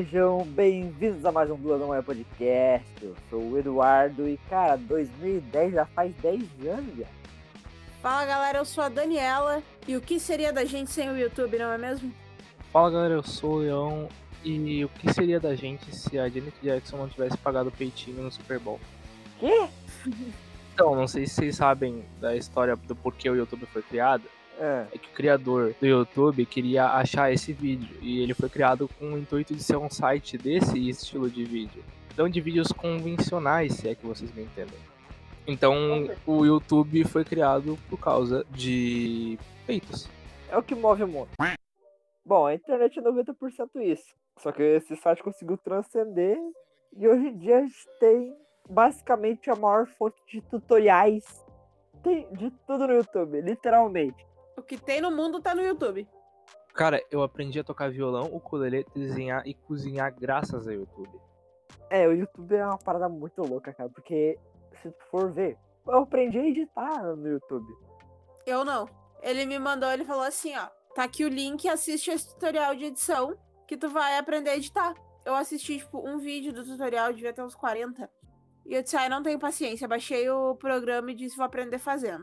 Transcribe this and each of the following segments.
Sejam bem-vindos a mais um Duas da Manhã Podcast. Eu sou o Eduardo e, cara, 2010 já faz 10 anos, já. Fala galera, eu sou a Daniela. E o que seria da gente sem o YouTube, não é mesmo? Fala galera, eu sou o Leão. E o que seria da gente se a Janet Jackson não tivesse pagado o peitinho no Super Bowl? Quê? Então, não sei se vocês sabem da história do porquê o YouTube foi criado. É que o criador do YouTube queria achar esse vídeo. E ele foi criado com o intuito de ser um site desse estilo de vídeo. Não de vídeos convencionais, se é que vocês me entendem. Então, o YouTube foi criado por causa de peitos. É o que move o mundo. Bom, a internet é 90% isso. Só que esse site conseguiu transcender. E hoje em dia a gente tem basicamente a maior fonte de tutoriais. Tem de tudo no YouTube, literalmente. O que tem no mundo tá no YouTube. Cara, eu aprendi a tocar violão, ukulele, desenhar e cozinhar graças ao YouTube. O YouTube é uma parada muito louca, cara. Porque, se tu for ver, eu aprendi a editar no YouTube. Eu não. Ele me mandou, ele falou assim, ó. Tá aqui o link, assiste esse tutorial de edição que tu vai aprender a editar. Eu assisti, tipo, um vídeo do tutorial, devia ter uns 40. E eu disse, não tenho paciência. Baixei o programa e disse, vou aprender fazendo.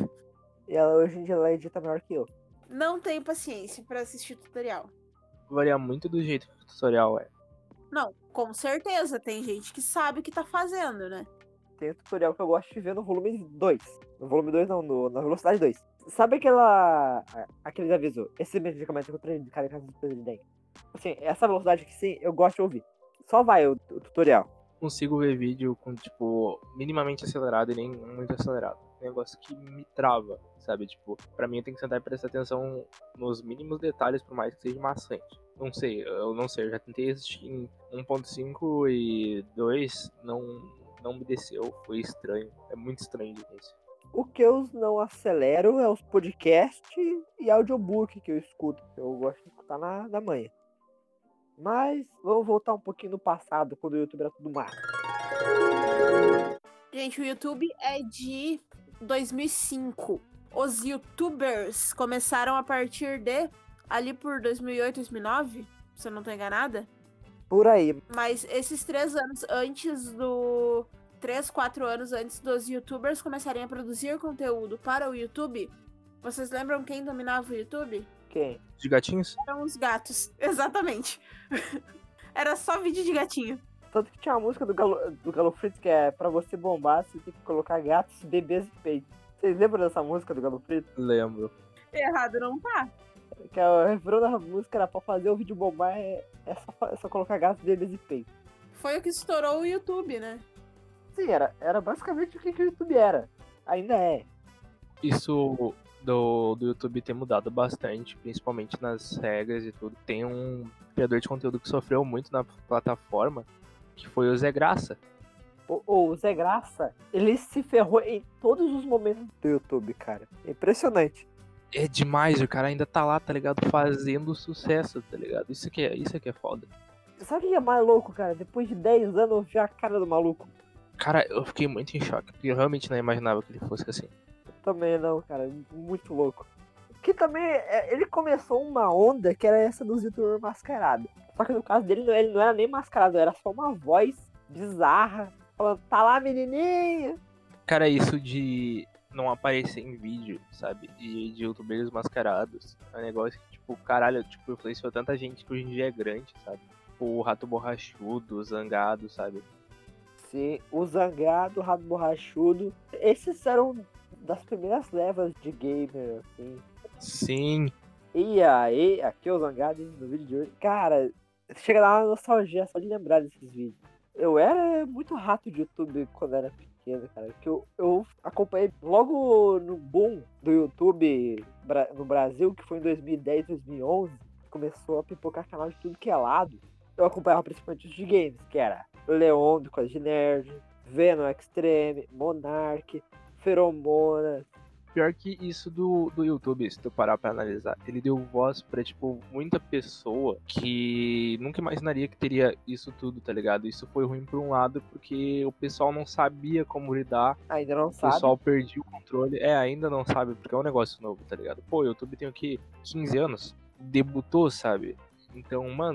E ela, hoje em dia ela edita melhor que eu. Não tenho paciência pra assistir tutorial. Varia muito do jeito que o tutorial é. Não, com certeza. Tem gente que sabe o que tá fazendo, né? Tem um tutorial que eu gosto de ver no volume 2. No volume 2 não, na velocidade 2. Sabe aquele aviso? Esse medicamento que eu treino de cara em casa do presidente. Assim, essa velocidade que sim, eu gosto de ouvir. Só vai o tutorial. Consigo ver vídeo com, tipo, minimamente acelerado e nem muito acelerado. Um negócio que me trava, sabe? Tipo, pra mim eu tenho que sentar e prestar atenção nos mínimos detalhes, por mais que seja maçante. Não sei, eu já tentei assistir em 1.5 e 2, não me desceu, foi estranho. É muito estranho de início. O que eu não acelero é os podcasts e audiobook que eu escuto. Eu gosto de escutar na manhã. Mas vamos voltar um pouquinho no passado, quando o YouTube era tudo mato. Gente, o YouTube é de 2005. Os YouTubers começaram a partir de ali por 2008, 2009, se eu não tô enganada. Por aí. Mas esses 3 anos antes 4 anos antes dos YouTubers começarem a produzir conteúdo para o YouTube, vocês lembram quem dominava o YouTube? Quem? De gatinhos? Eram os gatos, exatamente. Era só vídeo de gatinho. Tanto que tinha uma música do Galo Frito que é pra você bombar, você tem que colocar gatos, bebês e peitos. Vocês lembram dessa música do Galo Frito? Lembro. Errado não tá. Que o refrão da música era pra fazer o vídeo bombar, é só colocar gatos, bebês e peitos. Foi o que estourou o YouTube, né? Sim, era basicamente o que o YouTube era. Ainda é. Isso do YouTube ter mudado bastante, principalmente nas regras e tudo. Tem um criador de conteúdo que sofreu muito na plataforma, que foi o Zé Graça. O Zé Graça, ele se ferrou em todos os momentos do YouTube, cara. Impressionante. É demais, o cara ainda tá lá, tá ligado? Fazendo sucesso, tá ligado? Isso aqui é foda. Sabe o que é mais louco, cara? Depois de 10 anos eu vi a cara do maluco. Cara, eu fiquei muito em choque, porque eu realmente não imaginava que ele fosse assim. Também não, cara. Muito louco. Que também, ele começou uma onda que era essa dos youtubers mascarados. Só que no caso dele, ele não era nem mascarado, era só uma voz bizarra, falando, tá lá menininha. Cara, isso de não aparecer em vídeo, sabe? De youtubers mascarados. É um negócio que, tipo, caralho, tipo, influenciou tanta gente que hoje em dia é grande, sabe? O Rato Borrachudo, o Zangado, sabe? Sim, o Zangado, o Rato Borrachudo. Esses eram das primeiras levas de gamer, assim. Sim. E aí, aqui é o Zangado no vídeo de hoje. Cara, chega lá uma nostalgia só de lembrar desses vídeos. Eu era muito rato de YouTube quando era pequeno, cara. Que eu acompanhei logo no boom do YouTube no Brasil, que foi em 2010, 2011. Começou a pipocar canal de tudo que é lado. Eu acompanhava principalmente os de games, que era Leon do Coisa de Nerd, Venom Extreme, Monark, Feromona. Pior que isso do YouTube, se tu parar pra analisar, ele deu voz pra, tipo, muita pessoa que nunca imaginaria que teria isso tudo, tá ligado? Isso foi ruim por um lado, porque o pessoal não sabia como lidar. Ainda não o sabe. O pessoal perdia o controle. Ainda não sabe, porque é um negócio novo, tá ligado? Pô, o YouTube tem o quê? 15 anos? Debutou, sabe? Então, mano,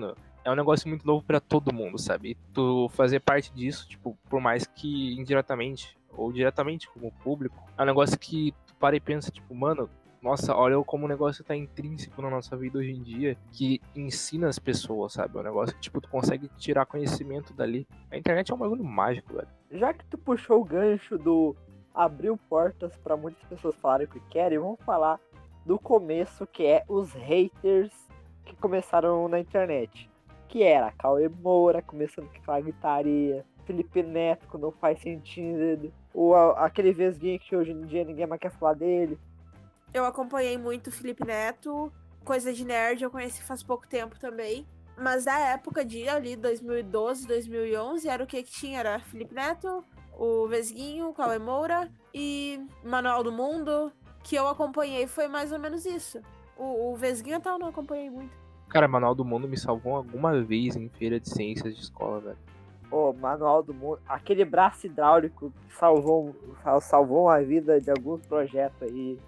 é um negócio muito novo pra todo mundo, sabe? E tu fazer parte disso, tipo, por mais que indiretamente ou diretamente como público, é um negócio que tu para e pensa, tipo, mano, nossa, olha como o negócio tá intrínseco na nossa vida hoje em dia, que ensina as pessoas, sabe? É um negócio que, tipo, tu consegue tirar conhecimento dali. A internet é um bagulho mágico, velho. Já que tu puxou o gancho do abriu portas pra muitas pessoas falarem o que querem, vamos falar do começo, que é os haters que começaram na internet. Que era Cauê Moura, começando com aquela gritaria, Felipe Neto, que não faz sentido, ou aquele Vesguinho que hoje em dia ninguém mais quer falar dele. Eu acompanhei muito o Felipe Neto, coisa de nerd eu conheci faz pouco tempo também. Mas da época de ali, 2012, 2011, era o que tinha? Era Felipe Neto, o Vesguinho, o Cauê Moura e Manual do Mundo, que eu acompanhei foi mais ou menos isso. O Vesguinho eu não acompanhei muito. Cara, Manual do Mundo me salvou alguma vez em feira de ciências de escola, velho. Pô, Manual do Mundo, aquele braço hidráulico que salvou a vida de alguns projetos aí.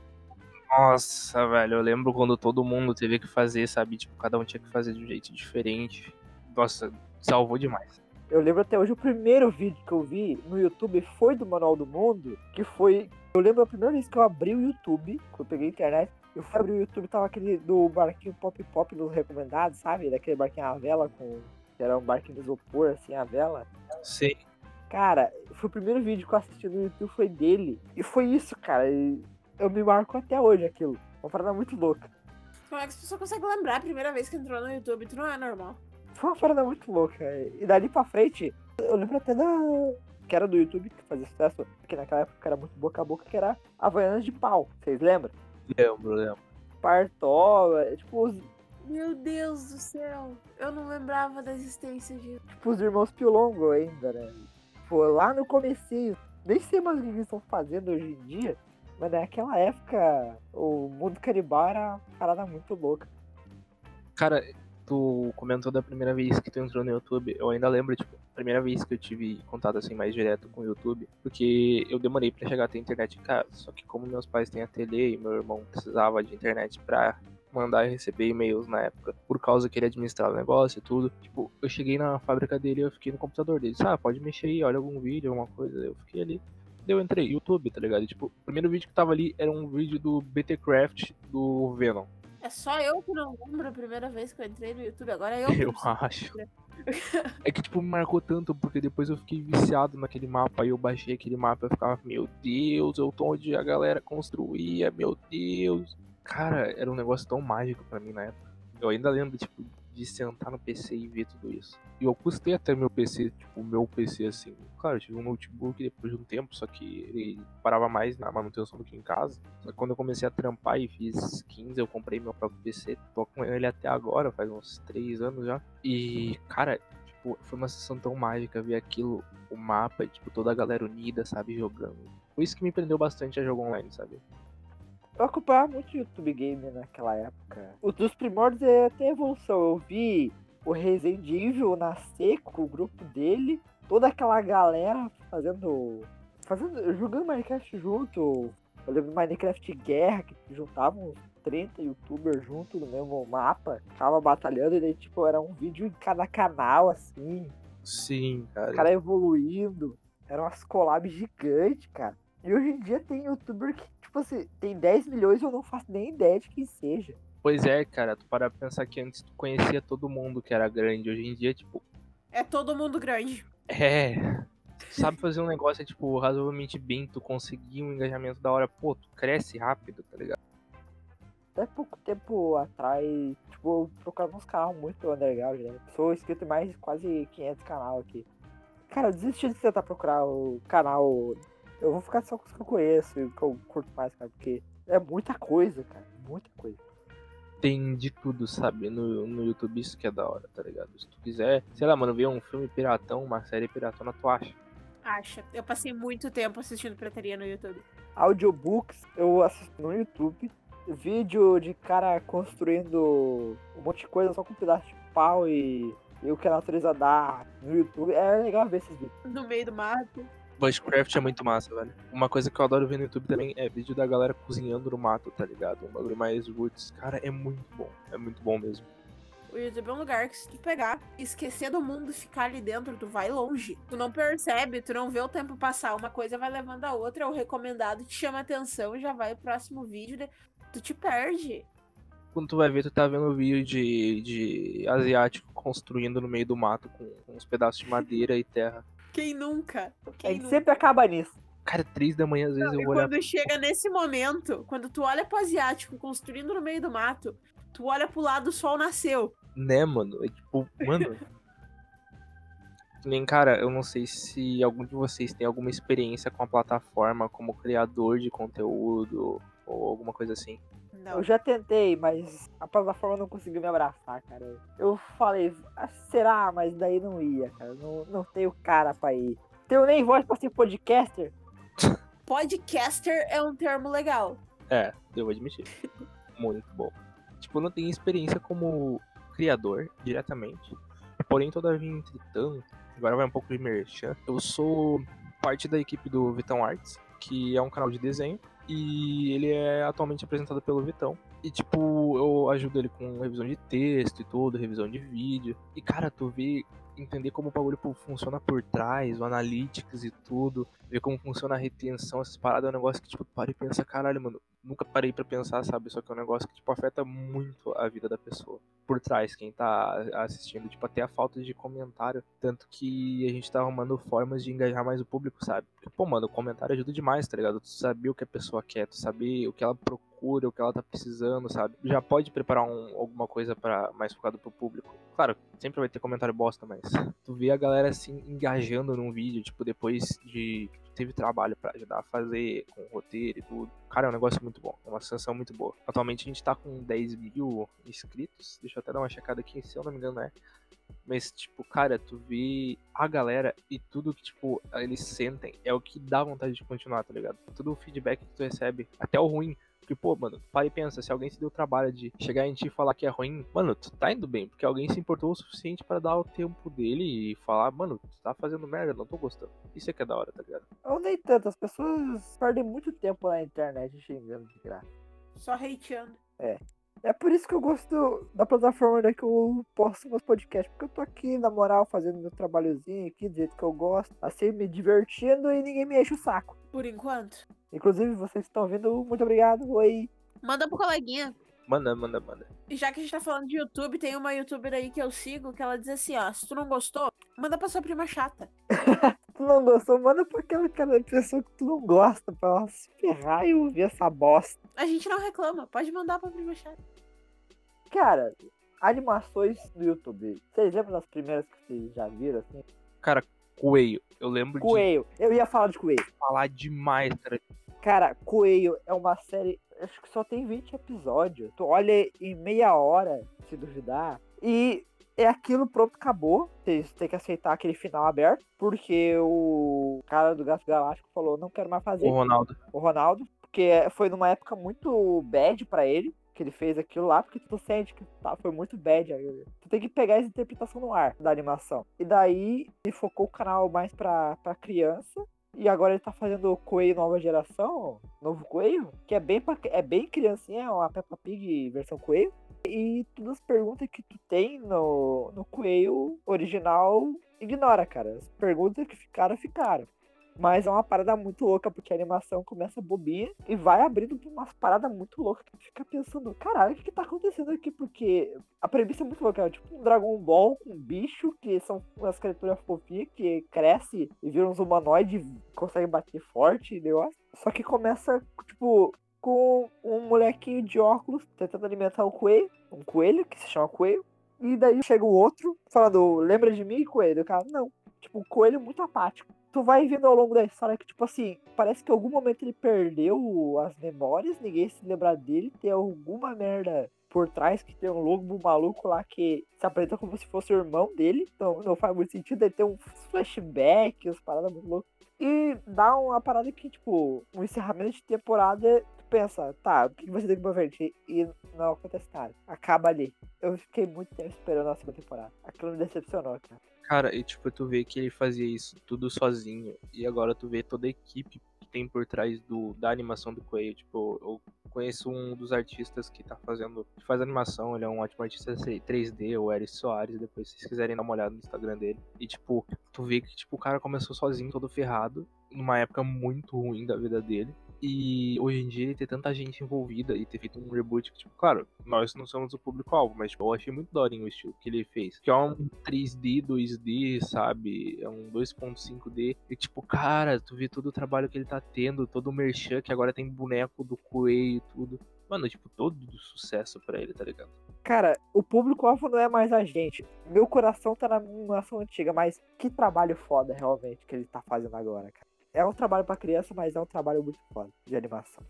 Nossa, velho, eu lembro quando todo mundo teve que fazer, sabe? Tipo, cada um tinha que fazer de um jeito diferente. Nossa, salvou demais. Eu lembro até hoje, o primeiro vídeo que eu vi no YouTube foi do Manual do Mundo, que foi... Eu lembro a primeira vez que eu abri o YouTube, quando eu peguei a internet, eu fui abrir o YouTube, tava aquele do barquinho Pop Pop nos recomendados, sabe? Daquele barquinho à vela, que era um barquinho de isopor, assim, à vela. Sim. Cara, foi o primeiro vídeo que eu assisti no YouTube, foi dele. E foi isso, cara. Eu me marco até hoje aquilo. Uma parada muito louca. Como é que as pessoas conseguem lembrar a primeira vez que entrou no YouTube? Tu não é normal. Foi uma parada muito louca. E dali pra frente, eu lembro até que era do YouTube, que fazia sucesso, porque naquela época era muito boca a boca, que era Havaianas de Pau. Vocês lembram? Lembro. Partola, tipo Meu Deus do céu. Eu não lembrava da existência disso. tipo os irmãos Piolongo ainda, né? Pô, lá no comecinho, nem sei mais o que eles estão fazendo hoje em dia, mas naquela época o mundo canibal era uma parada muito louca. Cara, tu comentou da primeira vez que tu entrou no YouTube, eu ainda lembro, tipo, a primeira vez que eu tive contato assim mais direto com o YouTube, porque eu demorei pra chegar até a internet em casa, só que como meus pais têm ateliê e meu irmão precisava de internet pra mandar e receber e-mails na época, por causa que ele administrava o negócio e tudo, tipo, eu cheguei na fábrica dele e eu fiquei no computador dele, pode mexer aí, olha algum vídeo, alguma coisa, eu fiquei ali. Daí eu entrei, YouTube, tá ligado? E, tipo, o primeiro vídeo que tava ali era um vídeo do BTcraft do Venom. É só eu que não lembro a primeira vez que eu entrei no YouTube, agora Eu acho. É que, tipo, me marcou tanto, porque depois eu fiquei viciado naquele mapa, aí eu baixei aquele mapa e ficava, meu Deus, eu tô onde a galera construía, meu Deus. Cara, era um negócio tão mágico pra mim na época. Eu ainda lembro, tipo, de sentar no PC e ver tudo isso. E eu custei até meu PC, tipo, o meu PC assim. Claro, eu tive um notebook depois de um tempo, só que ele parava mais na manutenção do que em casa. Só que quando eu comecei a trampar e fiz skins, eu comprei meu próprio PC. Tô com ele até agora, faz uns 3 anos já. E, cara, tipo, foi uma sessão tão mágica ver aquilo, o mapa, tipo, toda a galera unida, sabe, jogando. Foi isso que me prendeu bastante a jogo online, sabe? Eu acompanhava muito YouTube Game naquela época. O dos primórdios é até evolução. Eu vi o Resident Evil nascer com o grupo dele, toda aquela galera jogando Minecraft junto. Eu lembro do Minecraft Guerra, que juntavam uns 30 youtubers junto no mesmo mapa, tava batalhando, e daí, tipo, era um vídeo em cada canal, assim. Sim, cara. O cara evoluindo. Eram umas collabs gigantes, cara. E hoje em dia tem youtuber que, tipo assim, tem 10 milhões e eu não faço nem ideia de quem seja. Pois é, cara, tu para pensar que antes tu conhecia todo mundo que era grande, hoje em dia, tipo... É todo mundo grande. Tu sabe fazer um negócio, tipo, razoavelmente bem, tu conseguir um engajamento da hora, pô, tu cresce rápido, tá ligado? Até pouco tempo atrás, tipo, eu procurava uns canais muito underground, né? Sou inscrito em mais de quase 500 canal aqui. Cara, eu desisti de tentar procurar o canal... Eu vou ficar só com os que eu conheço e que eu curto mais, cara, porque é muita coisa, cara, muita coisa. Tem de tudo, sabe, no YouTube, isso que é da hora, tá ligado? Se tu quiser, sei lá, mano, ver um filme piratão, uma série piratona, tu acha? Acha. Eu passei muito tempo assistindo pirataria no YouTube. Audiobooks eu assisto no YouTube. Vídeo de cara construindo um monte de coisa só com um pedaço de pau e o que a natureza dá no YouTube. É legal ver esses vídeos. No meio do mato. Bushcraft é muito massa, velho. Uma coisa que eu adoro ver no YouTube também é vídeo da galera cozinhando no mato, tá ligado? Um bagulho mais roots. Cara, é muito bom mesmo. O YouTube é um lugar que se tu pegar, esquecer do mundo e ficar ali dentro, tu vai longe. Tu não percebe, tu não vê o tempo passar. Uma coisa vai levando a outra, o recomendado te chama atenção, já vai pro próximo vídeo, tu te perde. Quando tu vai ver, tu tá vendo vídeo de asiático construindo no meio do mato com uns pedaços de madeira e terra. Quem nunca? A gente sempre acaba nisso. Cara, 3 da manhã, às vezes eu vou olhar... Quando chega nesse momento, quando tu olha pro asiático construindo no meio do mato, tu olha pro lado, o sol nasceu. Né, mano? É tipo, mano... Nem, cara, eu não sei se algum de vocês tem alguma experiência com a plataforma como criador de conteúdo ou alguma coisa assim. Não. Eu já tentei, mas a plataforma não conseguiu me abraçar, cara. Eu falei, será? Mas daí não ia, cara. Não tenho cara pra ir. Tenho nem voz pra ser podcaster. Podcaster é um termo legal. É, eu vou admitir. Muito bom. Tipo, eu não tenho experiência como criador diretamente. Porém, todavia, entretanto, agora vai um pouco de merchan. Eu sou parte da equipe do Vitão Arts, que é um canal de desenho. E ele é atualmente apresentado pelo Vitão. E, tipo, eu ajudo ele com revisão de texto e tudo, revisão de vídeo. E, cara, tu vê, entender como o bagulho funciona por trás, o analytics e tudo, ver como funciona a retenção, essas paradas, é um negócio que, tipo, tu para e pensa, caralho, mano, nunca parei pra pensar, sabe? Só que é um negócio que, tipo, afeta muito a vida da pessoa. Por trás, quem tá assistindo, tipo, até a falta de comentário. Tanto que a gente tá arrumando formas de engajar mais o público, sabe? Porque, pô, mano, o comentário ajuda demais, tá ligado? Tu saber o que a pessoa quer, tu saber o que ela procura, o que ela tá precisando, sabe? Já pode preparar alguma coisa para mais focado pro público. Claro, sempre vai ter comentário bosta, mas tu vê a galera assim engajando num vídeo, tipo, depois de teve trabalho pra ajudar a fazer com o roteiro e tudo. Cara, é um negócio muito bom, é uma sensação muito boa. Atualmente a gente tá com 10 mil inscritos, deixa eu até dar uma checada aqui, se eu não me engano mas, tipo, cara, tu vê a galera e tudo que, tipo, eles sentem é o que dá vontade de continuar, tá ligado? Todo o feedback que tu recebe, até o ruim. Porque, pô, mano, para e pensa, se alguém se deu o trabalho de chegar em ti e falar que é ruim, mano, tu tá indo bem, porque alguém se importou o suficiente para dar o tempo dele e falar, mano, tu tá fazendo merda, não tô gostando. Isso é que é da hora, tá ligado? Ou nem tanto, as pessoas perdem muito tempo na internet xingando de graça. Só hateando. É por isso que eu gosto da plataforma que eu posto meus podcasts, porque eu tô aqui, na moral, fazendo meu trabalhozinho aqui, do jeito que eu gosto, assim, me divertindo e ninguém me enche o saco. Por enquanto. Inclusive, vocês estão ouvindo, muito obrigado, oi. Manda pro coleguinha. Manda. E já que a gente tá falando de YouTube, tem uma youtuber aí que eu sigo que ela diz assim, ó, se tu não gostou, manda pra sua prima chata. Tu não gostou, manda pra aquela pessoa que tu não gosta, pra ela se ferrar e ouvir essa bosta. A gente não reclama, pode mandar pra prima chata. Cara, animações do YouTube, vocês lembram das primeiras que vocês já viram, assim? Cara, Coelho, eu lembro Coelho, eu ia falar de Coelho. Falar demais, cara. Cara, Coelho é uma série, acho que só tem 20 episódios. Tu olha em meia hora, se duvidar, e é aquilo, pronto, acabou. Vocês têm que aceitar aquele final aberto, porque o cara do Gato Galáctico falou, não quero mais fazer. O Ronaldo, porque foi numa época muito bad pra ele, que ele fez aquilo lá, porque tu sente que foi muito bad. Tu tem que pegar essa interpretação no ar da animação. E daí ele focou o canal mais pra criança. E agora ele tá fazendo o Coelho nova geração, novo Coelho, que é bem criancinha, é uma Peppa Pig versão Coelho. E todas as perguntas que tu tem no Coelho original, ignora, cara. As perguntas que ficaram. Mas é uma parada muito louca, porque a animação começa bobinha e vai abrindo pra umas paradas muito loucas que tu fica pensando, caralho, o que tá acontecendo aqui? Porque a premissa é muito louca, é tipo um Dragon Ball com um bicho, que são umas criaturas fofinhas que cresce e viram uns humanoides, conseguem bater forte e negócio. Só que começa, tipo, com um molequinho de óculos tentando alimentar um coelho que se chama Coelho. E daí chega o outro falando, lembra de mim, Coelho? O cara, não. Tipo, um coelho muito apático. Tu vai vendo ao longo da história que, tipo assim, parece que em algum momento ele perdeu as memórias, ninguém se lembra dele, tem alguma merda por trás, que tem um lobo maluco lá que se apresenta como se fosse o irmão dele, então não faz muito sentido, ele tem um flashback, umas paradas muito loucas. E dá uma parada que, tipo, um encerramento de temporada, tu pensa, tá, o que vai ser daqui pra frente? E não acontece nada. Acaba ali. Eu fiquei muito tempo esperando a segunda temporada. Aquilo me decepcionou, cara. Cara, e tipo, tu vê que ele fazia isso tudo sozinho. E agora tu vê toda a equipe que tem por trás da animação do Coelho. Tipo, eu conheço um dos artistas que faz animação, ele é um ótimo artista 3D, o Eric Soares, depois se vocês quiserem dar uma olhada no Instagram dele. E tipo, tu vê que tipo, o cara começou sozinho, todo ferrado, numa época muito ruim da vida dele. E hoje em dia ele ter tanta gente envolvida e ter feito um reboot que, tipo, claro, nós não somos o público-alvo, mas tipo, eu achei muito daorinho o estilo que ele fez. Que é um 3D, 2D, sabe? É um 2.5D. E tipo, cara, tu vê todo o trabalho que ele tá tendo, todo o merchan, que agora tem boneco do Coelho e tudo. Mano, tipo, todo sucesso pra ele, tá ligado? Cara, o público-alvo não é mais a gente. Meu coração tá na animação antiga, mas que trabalho foda realmente que ele tá fazendo agora, cara. É um trabalho pra criança, mas é um trabalho muito foda de animação.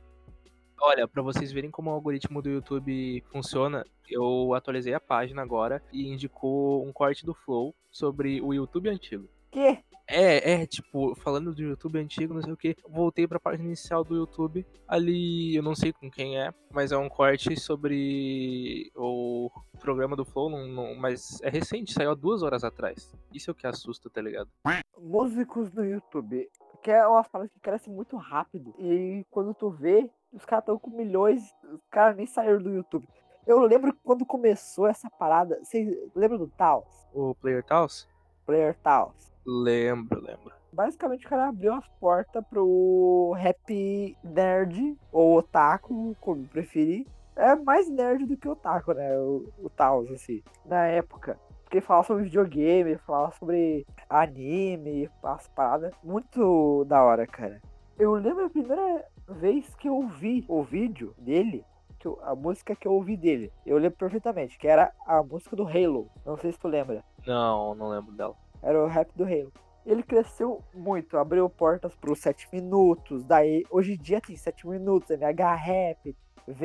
Olha, pra vocês verem como o algoritmo do YouTube funciona, eu atualizei a página agora e indicou um corte do Flow sobre o YouTube antigo. Que? Tipo, falando do YouTube antigo, não sei o que, voltei pra página inicial do YouTube, ali, eu não sei com quem é, mas é um corte sobre o programa do Flow, mas é recente, saiu há 2 horas atrás. Isso é o que assusta, tá ligado? Músicos no YouTube, que é umas paradas que crescem muito rápido, e quando tu vê, os caras estão com milhões, os caras nem saíram do YouTube. Eu lembro quando começou essa parada, vocês lembram do Taos? O Player Taos? Player Taos. Lembro. Basicamente o cara abriu as portas pro rap nerd, ou otaku, como preferir. É mais nerd do que otaku, né? O Taos, assim, na época. Porque ele falava sobre videogame, falava sobre anime, as paradas. Muito da hora, cara. Eu lembro a primeira vez que eu vi o vídeo dele, a música que eu ouvi dele. Eu lembro perfeitamente, que era a música do Halo. Não sei se tu lembra. Não lembro dela. Era o rap do Halo. Ele cresceu muito, abriu portas para os 7 minutos. Daí, hoje em dia tem 7 minutos, MH Rap,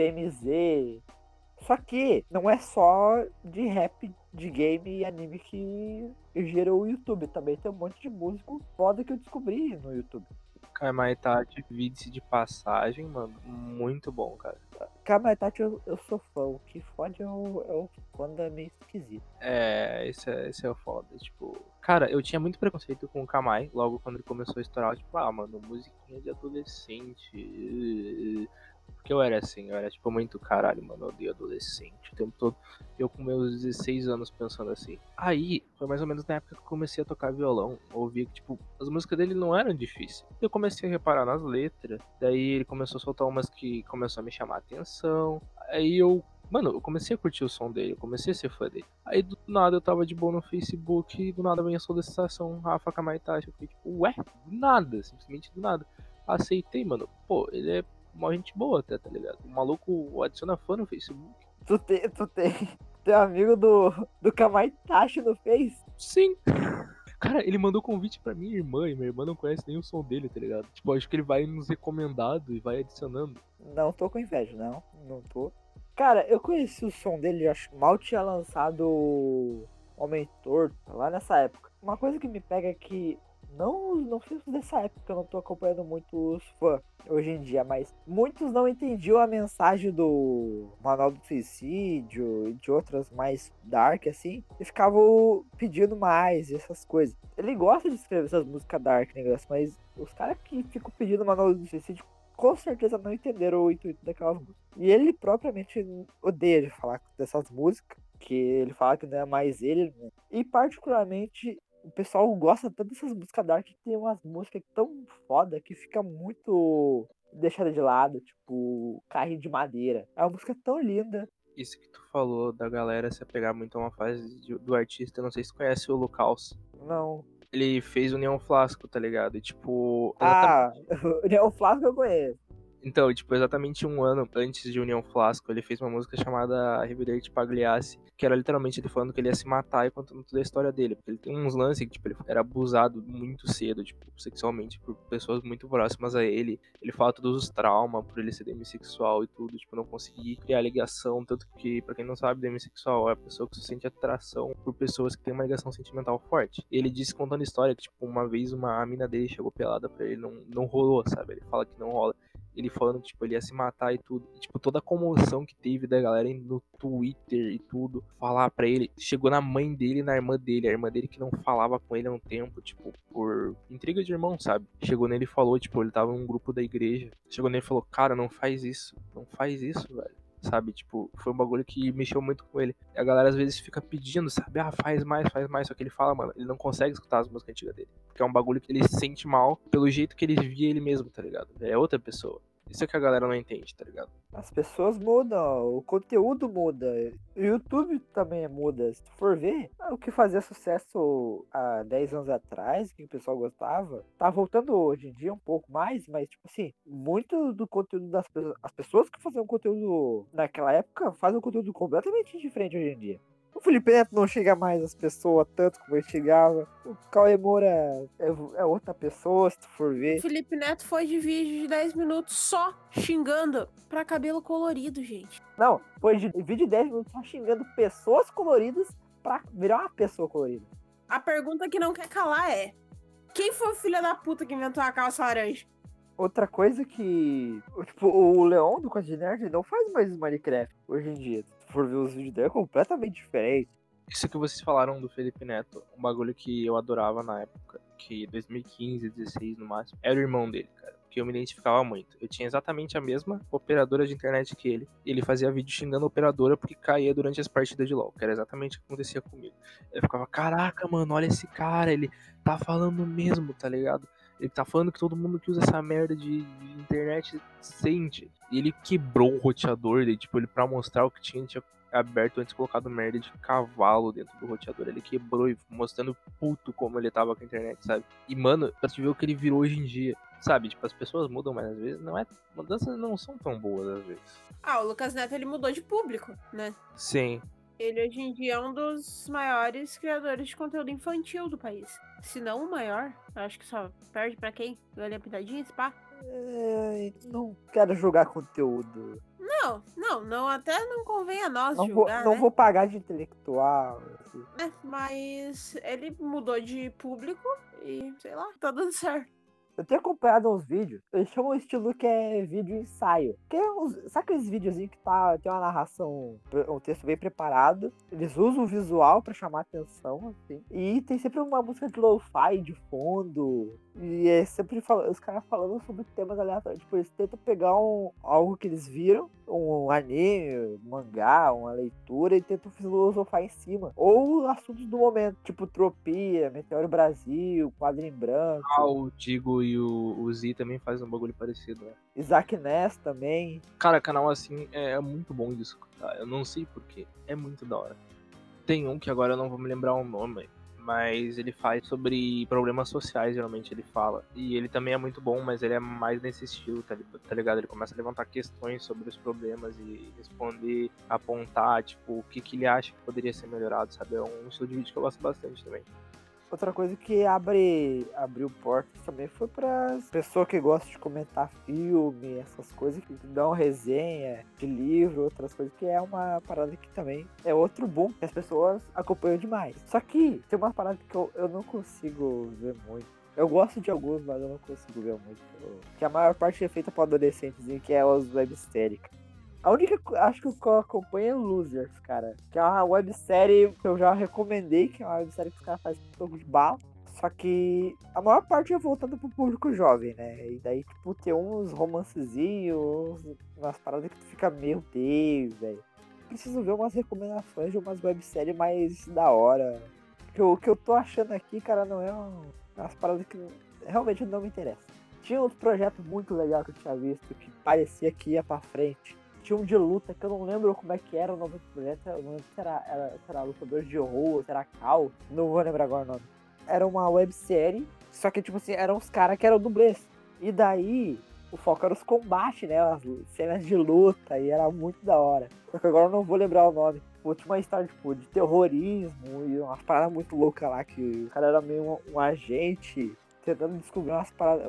VMZ. Só que não é só de rap, de game e anime que gerou o YouTube. Também tem um monte de músico foda que eu descobri no YouTube. Kamaitachi, vídeo de passagem, mano, muito bom, cara. Kamaitachi eu sou fã, o que fode é o fã da meio esquisito. Esse é o foda, tipo... Cara, eu tinha muito preconceito com o Kamai, logo quando ele começou a estourar, tipo, mano, musiquinha de adolescente... Porque eu era tipo muito caralho, mano, eu odeio adolescente o tempo todo. Eu com meus 16 anos pensando assim. Aí, foi mais ou menos na época que eu comecei a tocar violão. Ouvi que, tipo, as músicas dele não eram difíceis. Eu comecei a reparar nas letras. Daí ele começou a soltar umas que começou a me chamar a atenção. Aí eu comecei a curtir o som dele, eu comecei a ser fã dele. Aí do nada eu tava de boa no Facebook e do nada vem a solicitação Rafa Kamaitachi. Eu fiquei tipo, ué? Do nada, simplesmente do nada. Aceitei, mano. Pô, ele é uma gente boa até, tá ligado? O maluco adiciona fã no Facebook. Tu tem amigo do Kamaitachi no Face? Sim. Cara, ele mandou convite pra minha irmã e minha irmã não conhece nem o som dele, tá ligado? Tipo, acho que ele vai nos recomendado e vai adicionando. Não tô com inveja, não tô. Cara, eu conheci o som dele, acho que mal tinha lançado Homem Torto, lá nessa época. Uma coisa que me pega é que não sei se dessa época eu não tô acompanhando muito os fãs hoje em dia, mas muitos não entendiam a mensagem do Manual do Suicídio e de outras mais dark assim, e ficavam pedindo mais essas coisas. Ele gosta de escrever essas músicas dark, negócio, mas os caras que ficam pedindo Manual do Suicídio com certeza não entenderam o intuito daquelas músicas. E ele propriamente odeia de falar dessas músicas, que ele fala que não é mais ele, né? E particularmente o pessoal gosta tanto dessas músicas dark que tem umas músicas tão foda que fica muito deixada de lado, tipo Carrinho de Madeira. É uma música tão linda. Isso que tu falou da galera se apegar muito a uma fase do artista, não sei se tu conhece o Lucaus. Não. Ele fez o Neon Flasco, tá ligado? E tipo... O Neon Flasco eu conheço. Então, tipo, exatamente 1 ano antes de União Flasco, ele fez uma música chamada Riverete Pagliassi, que era literalmente ele falando que ele ia se matar e contando toda a história dele. Porque ele tem uns lances que, tipo, ele era abusado muito cedo, tipo, sexualmente, por pessoas muito próximas a ele. Ele fala todos os traumas por ele ser demissexual e tudo, tipo, não conseguir criar ligação. Tanto que, pra quem não sabe, demissexual é a pessoa que se sente atração por pessoas que têm uma ligação sentimental forte. E ele disse, contando a história, que, tipo, uma vez a mina dele chegou pelada pra ele, não rolou, sabe? Ele fala que não rola. ele falando que, tipo, ele ia se matar e tudo. E, tipo, toda a comoção que teve da galera indo no Twitter e tudo, falar pra ele. Chegou na mãe dele e na irmã dele. A irmã dele que não falava com ele há um tempo, tipo, por intriga de irmão, sabe? Chegou nele e falou, tipo, ele tava em um grupo da igreja. Chegou nele e falou, cara, não faz isso. Não faz isso, velho. Sabe, tipo, foi um bagulho que mexeu muito com ele. E a galera às vezes fica pedindo, sabe, faz mais. Só que ele fala, mano, ele não consegue escutar as músicas antigas dele. Porque é um bagulho que ele se sente mal pelo jeito que ele via ele mesmo, tá ligado? É outra pessoa. Isso é que a galera não entende, tá ligado? As pessoas mudam, o conteúdo muda, o YouTube também muda. Se tu for ver, o que fazia sucesso há 10 anos atrás, que o pessoal gostava, tá voltando hoje em dia um pouco mais, mas tipo assim, muito do conteúdo das pessoas, as pessoas que faziam conteúdo naquela época fazem um conteúdo completamente diferente hoje em dia. O Felipe Neto não chega mais às pessoas tanto como ele chegava. O Cauê Moura é outra pessoa, se tu for ver. O Felipe Neto foi de vídeo de 10 minutos só xingando pra cabelo colorido, gente. Não, foi de vídeo de 10 minutos só xingando pessoas coloridas pra virar uma pessoa colorida. A pergunta que não quer calar é: quem foi o filho da puta que inventou a calça laranja? Outra coisa que... Tipo, o Leon do Código Nerd não faz mais Minecraft hoje em dia. Se for ver os vídeos dele, é completamente diferente. Isso que vocês falaram do Felipe Neto, um bagulho que eu adorava na época, que 2015, 2016 no máximo, era o irmão dele, cara. Porque eu me identificava muito. Eu tinha exatamente a mesma operadora de internet que ele. E ele fazia vídeo xingando a operadora porque caía durante as partidas de LoL. Que era exatamente o que acontecia comigo. Eu ficava, caraca, mano, olha esse cara, ele tá falando mesmo, tá ligado? Ele tá falando que todo mundo que usa essa merda de internet sente. E ele quebrou o roteador dele, tipo, ele pra mostrar o que tinha aberto antes colocado merda de cavalo dentro do roteador. Ele quebrou e mostrando puto como ele tava com a internet, sabe? E, mano, pra te ver o que ele virou hoje em dia, sabe? Tipo, as pessoas mudam, mas às vezes mudanças não são tão boas, às vezes. O Lucas Neto, ele mudou de público, né? Sim. Ele hoje em dia é um dos maiores criadores de conteúdo infantil do país. Se não o maior, eu acho que só perde pra quem? Galinha Pintadinha, esse pá? Não quero jogar conteúdo. Não, até não convém a nós não julgar, não né? vou pagar de intelectual. Assim. Mas ele mudou de público e, sei lá, tá dando certo. Eu tenho acompanhado uns vídeos, eles chamam um estilo que é vídeo ensaio. Que é sabe aqueles videozinhos que tem uma narração, um texto bem preparado? Eles usam o visual pra chamar atenção, assim. E tem sempre uma música de lo-fi de fundo. E é sempre os caras falando sobre temas aleatórios. Tipo, eles tentam pegar algo que eles viram, um anime, um mangá, uma leitura, e tentam filosofar em cima. Ou assuntos do momento, tipo Tropia, Meteoro Brasil, Quadro em Branco. O Digo e o Z também fazem um bagulho parecido, né? Isaac Ness também. Cara, canal assim é muito bom de escutar. Eu não sei porquê. É muito da hora. Tem um que agora eu não vou me lembrar o nome, mas ele faz sobre problemas sociais, geralmente ele fala. E ele também é muito bom, mas ele é mais nesse estilo, tá ligado? Ele começa a levantar questões sobre os problemas e responder, apontar, tipo, o que ele acha que poderia ser melhorado, sabe? É um estilo de vídeo que eu gosto bastante também. Outra coisa que abriu portas também foi para pessoas que gostam de comentar filme, essas coisas, que dão resenha de livro, outras coisas, que é uma parada que também é outro boom que as pessoas acompanham demais. Só que tem uma parada que eu não consigo ver muito. Eu gosto de alguns, mas eu não consigo ver muito. Que a maior parte é feita para adolescentes, que é os webséries. A única, acho que eu acompanho é Losers, cara. Que é uma websérie que eu já recomendei, que é uma websérie que os caras fazem jogo de bala. Só que a maior parte é voltada pro público jovem, né? E daí, tipo, tem uns romancezinhos, umas paradas que tu fica, meu Deus, velho. Preciso ver umas recomendações de umas webséries mais da hora. O que eu tô achando aqui, cara, não é umas paradas que realmente não me interessam. Tinha outro projeto muito legal que eu tinha visto, que parecia que ia pra frente. Tinha um de luta que eu não lembro como é que era o nome do projeto. Eu não lembro se era Lutador de Horror, se era Cal. Não vou lembrar agora o nome. Era uma websérie, só que tipo assim, eram os caras que eram dublês. E daí, o foco era os combates, né? As cenas de luta, e era muito da hora. Só que agora eu não vou lembrar o nome. Pô, tinha uma história tipo, de terrorismo e umas paradas muito loucas lá, que o cara era meio um agente tentando descobrir umas paradas.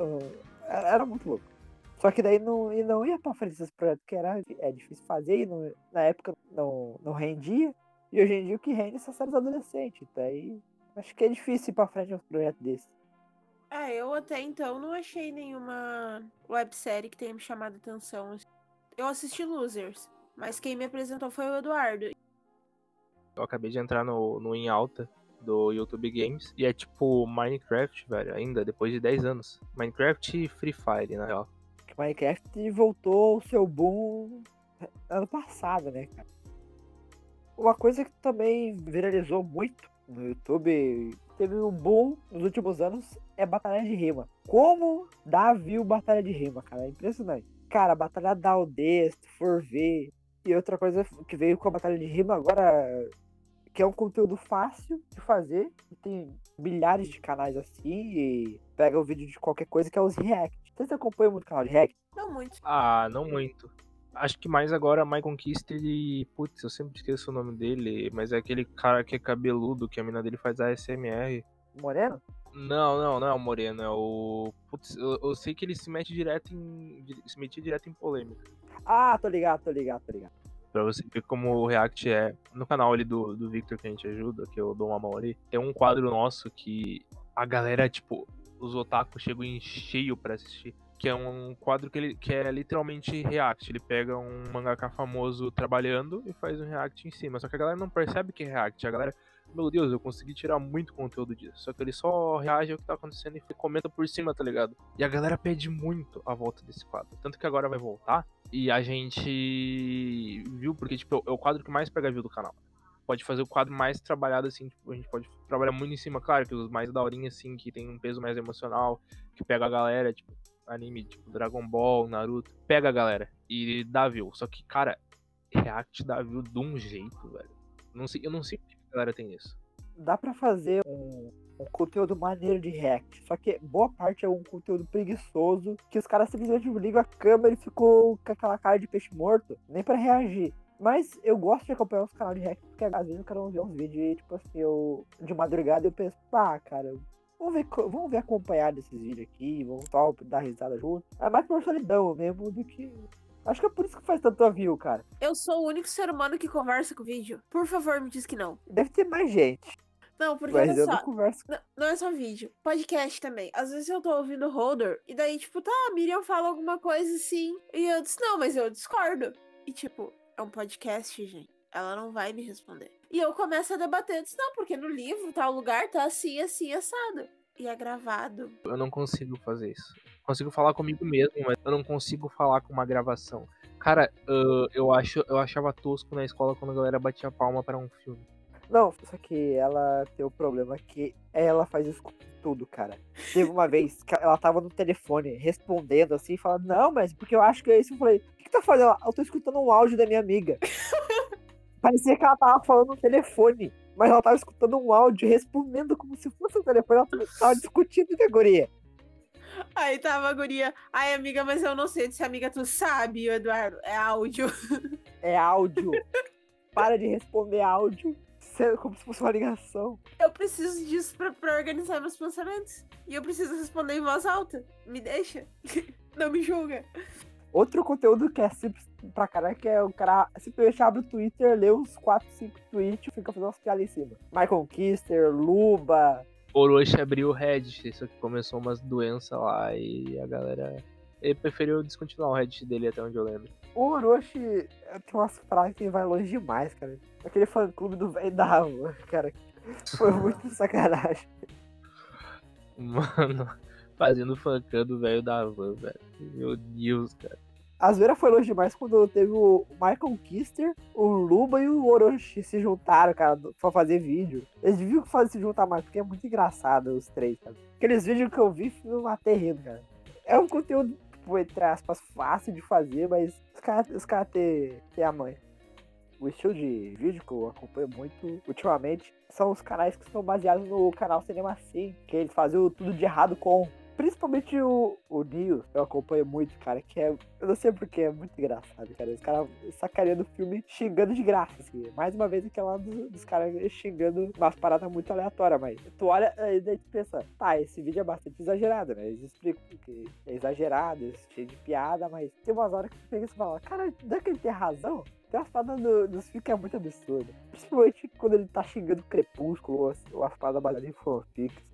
Era muito louco. Só que daí não ia pra frente esse projeto, que é difícil fazer e na época não rendia. E hoje em dia o que rende são séries adolescentes. Daí acho que é difícil ir pra frente um projeto desse. Eu até então não achei nenhuma websérie que tenha me chamado a atenção. Eu assisti Losers, mas quem me apresentou foi o Eduardo. Eu acabei de entrar no Em Alta do YouTube Games e é tipo Minecraft, velho, ainda, depois de 10 anos. Minecraft e Free Fire, na real. Minecraft voltou ao seu boom ano passado, né, cara? Uma coisa que também viralizou muito no YouTube, teve um boom nos últimos anos, é batalha de rima. Como dá view batalha de rima, cara? É impressionante. Cara, a batalha da aldeia, se for ver. E outra coisa que veio com a batalha de rima agora, que é um conteúdo fácil de fazer. Tem milhares de canais assim e pega o vídeo de qualquer coisa, que é os react. Vocês acompanham muito canal de react? Não muito. Ah, não muito. Acho que mais agora My Conquista e... Putz, eu sempre esqueço o nome dele, mas é aquele cara que é cabeludo, que a mina dele faz ASMR. Moreno? Não é o Moreno, é o... Putz, eu sei que ele se metia direto em polêmica. Ah, tô ligado. Pra você ver como o React é. No canal ali do Victor que a gente ajuda, que eu dou uma mão ali, tem um quadro nosso que a galera, tipo, os otakus chegam em cheio pra assistir. Que é um quadro que é literalmente React. Ele pega um mangaka famoso trabalhando e faz um React em cima. Só que a galera não percebe que é React. A galera, meu Deus, eu consegui tirar muito conteúdo disso. Só que ele só reage ao que tá acontecendo e comenta por cima, tá ligado? E a galera pede muito a volta desse quadro. Tanto que agora vai voltar. E a gente viu, porque tipo, é o quadro que mais pega view do canal. Pode fazer o quadro mais trabalhado, assim, tipo, a gente pode trabalhar muito em cima, claro, que os mais daorinha, assim, que tem um peso mais emocional, que pega a galera, tipo, anime, tipo, Dragon Ball, Naruto, pega a galera e dá view. Só que, cara, React dá view de um jeito, velho. Eu não sei por que a galera tem isso. Dá pra fazer um conteúdo maneiro de react, só que boa parte é um conteúdo preguiçoso, que os caras simplesmente ligam a câmera e ficou com aquela cara de peixe morto, nem pra reagir. Mas eu gosto de acompanhar os canais de react, porque às vezes eu quero ver uns vídeos e, tipo assim, de madrugada eu penso, cara, vamos ver acompanhar desses vídeos aqui, vamos só dar risada junto. É mais por solidão mesmo do que... Acho que é por isso que faz tanta view, cara. Eu sou o único ser humano que conversa com o vídeo. Por favor, me diz que não. Deve ter mais gente. Não, porque mas olha eu só, não converso. Não é só vídeo, podcast também. Às vezes eu tô ouvindo o Holder, e daí, tipo, tá, a Miriam fala alguma coisa assim, e eu disse, não, mas eu discordo. E, tipo, é um podcast, gente. Ela não vai me responder. E eu começo a debater, eu disse, não, porque no livro, tal lugar, tá assim, assim, assado. E é gravado. Eu não consigo fazer isso. Consigo falar comigo mesmo, mas eu não consigo falar com uma gravação. Cara, eu achava tosco na escola quando a galera batia palma pra um filme. Não, só que ela tem o problema que ela faz isso com tudo, cara. Teve uma vez que ela tava no telefone respondendo assim, falando, não, mas porque eu acho que é isso. Eu falei, o que tá fazendo? Eu tô escutando um áudio da minha amiga. Parecia que ela tava falando no telefone, mas ela tava escutando um áudio respondendo como se fosse um telefone. Ela tava discutindo com a guria. Aí tava a guria, ai amiga, mas eu não sei se amiga tu sabe, Eduardo, é áudio. É áudio. Para de responder áudio. Como se fosse uma ligação. Eu preciso disso pra organizar meus pensamentos. E eu preciso responder em voz alta. Me deixa. Não me julga. Outro conteúdo que é simples pra caralho, que é o cara simplesmente abre o Twitter, lê uns 4, 5 tweets e fica fazendo umas piadas em cima. My Conquister, Luba. Orochi abriu o Reddit, só que começou umas doenças lá e a galera... Ele preferiu descontinuar o Reddit dele, até onde eu lembro. O Orochi tem umas frases que vai longe demais, cara. Aquele fã-clube do velho da Ava, cara. Foi muito sacanagem. Mano, fazendo fã-clube do velho da Van, velho. Meu Deus, cara. A zoeira foi longe demais quando teve o Michael Kister, o Luba e o Orochi se juntaram, cara, pra fazer vídeo. Eles deviam se juntar mais, porque é muito engraçado os três, cara. Aqueles vídeos que eu vi, foi uma terrível, cara. É um conteúdo, entre aspas, fácil de fazer, mas os caras têm a mãe. O estilo de vídeo que eu acompanho muito ultimamente são os canais que são baseados no canal Cinema Sim, que eles fazem tudo de errado com. Principalmente o News, eu acompanho muito, cara, que é... Eu não sei porquê, é muito engraçado, cara. Os caras sacaneando o filme, xingando de graça, assim. Mais uma vez aquela dos caras xingando umas paradas muito aleatórias, mas tu olha e daí tu pensa, tá, esse vídeo é bastante exagerado, né? Eles explicam que é exagerado, é cheio de piada, mas tem umas horas que tu pega e fala, cara, não é que ele tem razão? Tem umas paradas dos filmes que é muito absurdo. Principalmente quando ele tá xingando o Crepúsculo ou as paradas baseadas em fanfics.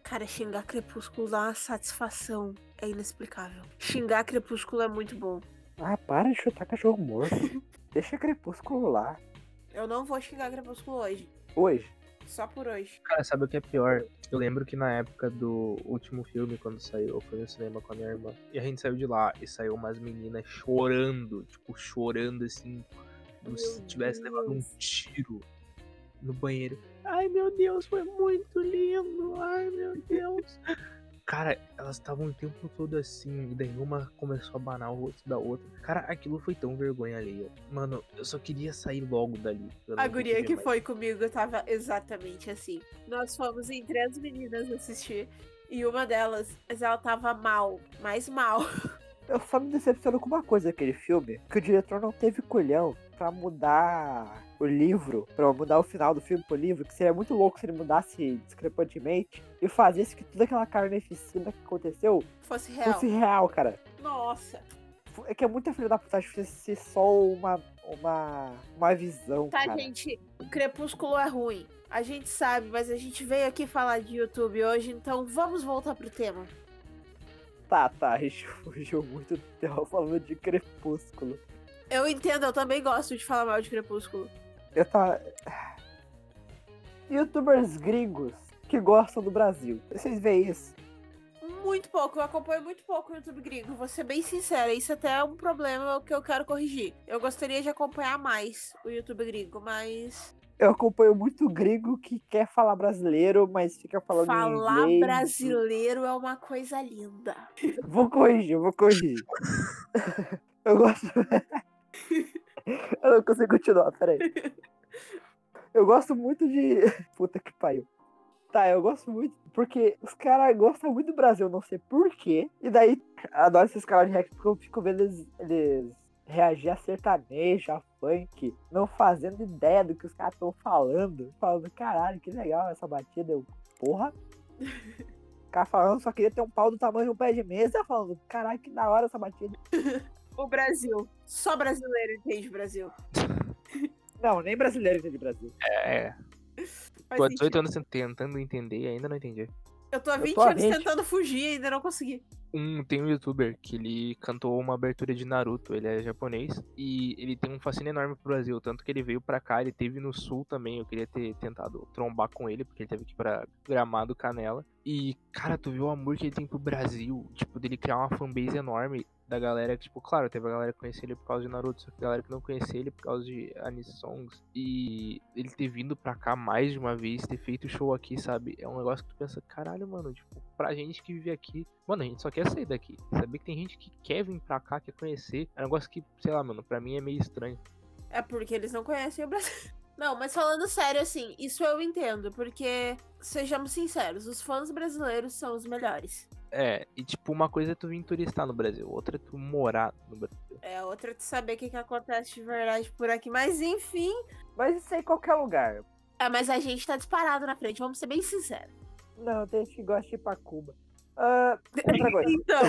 Cara, xingar Crepúsculo dá uma satisfação. É inexplicável. Xingar Crepúsculo é muito bom. Ah, para de chutar cachorro morto. Deixa Crepúsculo lá. Eu não vou xingar Crepúsculo hoje. Hoje? Só por hoje. Cara, sabe o que é pior? Eu lembro que na época do último filme, quando saiu, eu fui no cinema com a minha irmã. E a gente saiu de lá e saiu umas meninas chorando. Tipo, chorando assim. Como se tivesse levado um tiro no banheiro. Ai, meu Deus, foi muito lindo. Ai, meu Deus. Cara, elas estavam o tempo todo assim, e daí uma começou a abanar o rosto da outra. Cara, aquilo foi tão vergonha alheia. Mano, eu só queria sair logo dali. A guria que foi comigo tava exatamente assim. Nós fomos em 3 meninas assistir, e uma delas, ela tava mal, mais mal. Eu só me decepciono com uma coisa daquele filme, que o diretor não teve culhão pra mudar o livro, pra mudar o final do filme pro livro, que seria muito louco se ele mudasse discrepantemente e fazesse que toda aquela carnificina que aconteceu fosse real, cara. Nossa. É que é muita filha da puta ser só uma visão, tá, cara. Gente, o Crepúsculo é ruim. A gente sabe, mas a gente veio aqui falar de YouTube hoje, então vamos voltar pro tema. Tá, a gente fugiu muito do tema falando de Crepúsculo. Eu entendo, eu também gosto de falar mal de Crepúsculo. Youtubers gringos que gostam do Brasil. Vocês veem isso? Muito pouco, eu acompanho muito pouco o YouTube gringo. Vou ser bem sincera, isso até é um problema que eu quero corrigir. Eu gostaria de acompanhar mais o YouTube gringo, mas... Eu acompanho muito gringo que quer falar brasileiro, mas fica falando em inglês. Falar brasileiro é uma coisa linda. Vou corrigir. Eu gosto... Eu não consigo continuar, peraí. Eu gosto muito de... Puta que pariu. Tá, eu gosto muito, porque os caras gostam muito do Brasil, não sei porquê. E daí, adoro esses caras de react, porque eu fico vendo eles reagir a sertanejo, a funk, não fazendo ideia do que os caras estão falando. Falando, caralho, que legal essa batida. Eu, porra. O cara falando, só queria ter um pau do tamanho de um pé de mesa. Falando, caralho, que da hora essa batida. O Brasil. Só brasileiro entende Brasil. Não, nem brasileiro entende Brasil. Tô há 18 anos tentando entender e ainda não entendi. Eu tô há 20 anos tentando fugir e ainda não consegui. Tem um youtuber que ele cantou uma abertura de Naruto, ele é japonês e ele tem um fascínio enorme pro Brasil, tanto que ele veio pra cá, ele teve no sul também, eu queria ter tentado trombar com ele, porque ele teve que ir pra Gramado, Canela. E, cara, tu viu o amor que ele tem pro Brasil, tipo, dele criar uma fanbase enorme da galera que, tipo, claro, teve a galera que conhecia ele por causa de Naruto, só que a galera que não conhecia ele por causa de Anisongs. E ele ter vindo pra cá mais de uma vez, ter feito show aqui, sabe? É um negócio que tu pensa, caralho, mano, tipo, pra gente que vive aqui, mano, a gente só quer sair daqui. Saber que tem gente que quer vir pra cá, quer conhecer, é um negócio que, sei lá, mano, pra mim é meio estranho. É porque eles não conhecem o Brasil. Não, mas falando sério, assim, isso eu entendo, porque, sejamos sinceros, os fãs brasileiros são os melhores. E tipo, uma coisa é tu vir turistar no Brasil, outra é tu morar no Brasil. Outra é tu saber o que acontece de verdade por aqui, mas enfim... Mas isso é em qualquer lugar. Mas a gente tá disparado na frente, vamos ser bem sinceros. Não, tem gente que gosta de ir pra Cuba. Outra coisa. Então,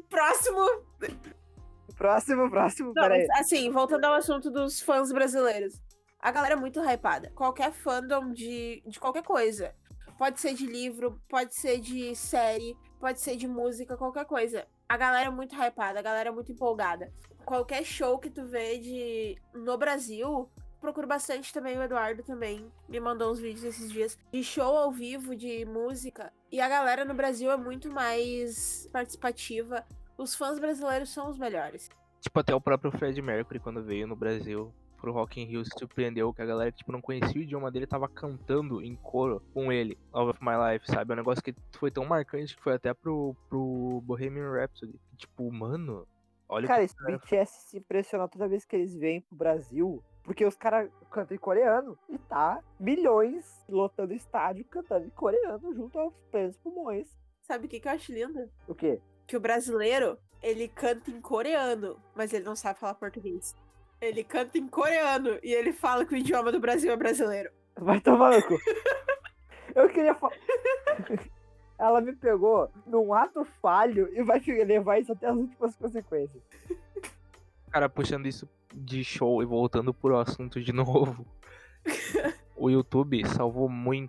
Próximo, não, peraí. Assim, voltando ao assunto dos fãs brasileiros. A galera é muito hypada. Qualquer fandom de qualquer coisa. Pode ser de livro, pode ser de série, pode ser de música, qualquer coisa. A galera é muito hypada, a galera é muito empolgada. Qualquer show que tu vê no Brasil, procuro bastante também, o Eduardo também me mandou uns vídeos esses dias de show ao vivo, de música. E a galera no Brasil é muito mais participativa. Os fãs brasileiros são os melhores. Tipo, até o próprio Freddie Mercury, quando veio no Brasil pro Rock in Rio, se surpreendeu que a galera que tipo, não conhecia o idioma dele tava cantando em coro com ele, Love of My Life, sabe? É um negócio que foi tão marcante que foi até pro Bohemian Rhapsody. Tipo, mano, olha cara, o esse BTS se impressiona toda vez que eles vêm pro Brasil, porque os caras cantam em coreano e tá milhões lotando estádio cantando em coreano junto aos plenos pulmões. Sabe o que eu acho lindo? O quê? Que o brasileiro, ele canta em coreano, mas ele não sabe falar português. Ele canta em coreano e ele fala que o idioma do Brasil é brasileiro. Vai tomar no cu. Eu queria falar... Ela me pegou num ato falho e vai levar isso até as últimas consequências. Cara, puxando isso de show e voltando pro assunto de novo. O YouTube salvou muito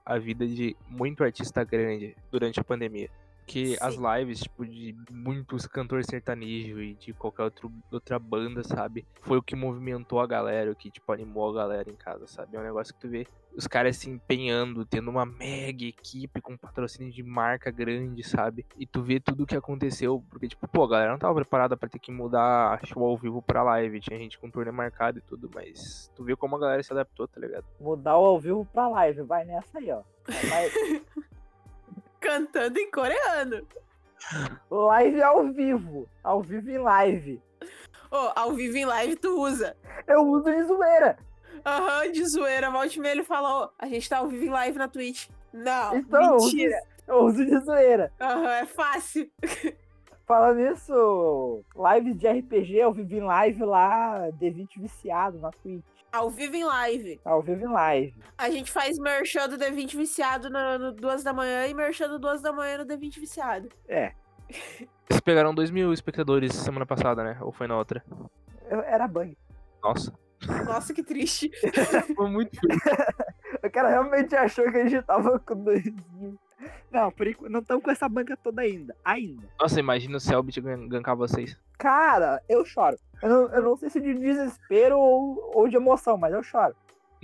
a vida de muito artista grande durante a pandemia. Que as lives, tipo, de muitos cantores sertanejos e de qualquer outra banda, sabe? Foi o que movimentou a galera, o que, tipo, animou a galera em casa, sabe? É um negócio que tu vê os caras se empenhando, tendo uma mega equipe com patrocínio de marca grande, sabe? E tu vê tudo o que aconteceu, porque, tipo, pô, a galera não tava preparada pra ter que mudar show ao vivo pra live, tinha gente com turnê marcado e tudo, mas tu vê como a galera se adaptou, tá ligado? Mudar o ao vivo pra live, vai nessa aí, ó. Vai... Cantando em coreano. Live ao vivo em live. Ao vivo em live tu usa. Eu uso de zoeira. Aham, de zoeira. Volte e ele fala, a gente tá ao vivo em live na Twitch. Não, então, mentira. Eu uso de zoeira. É fácil. Falando nisso, live de RPG, ao vivo em live lá, D20 viciado na Twitch. Ao vivo em live. Ao vivo em live. A gente faz merchan do D20 viciado no 2 da manhã e merchan do 2 da manhã no D20 viciado. É. Eles pegaram 2.000 espectadores semana passada, né? Ou foi na outra? Era bug. Nossa, que triste. Foi muito feio. O cara realmente achou que a gente tava com 2.000. Não, por enquanto, não estamos com essa banca toda ainda. Nossa, imagina se o Selbit gankar vocês. Cara, eu choro. Eu não sei se de desespero ou de emoção, mas eu choro.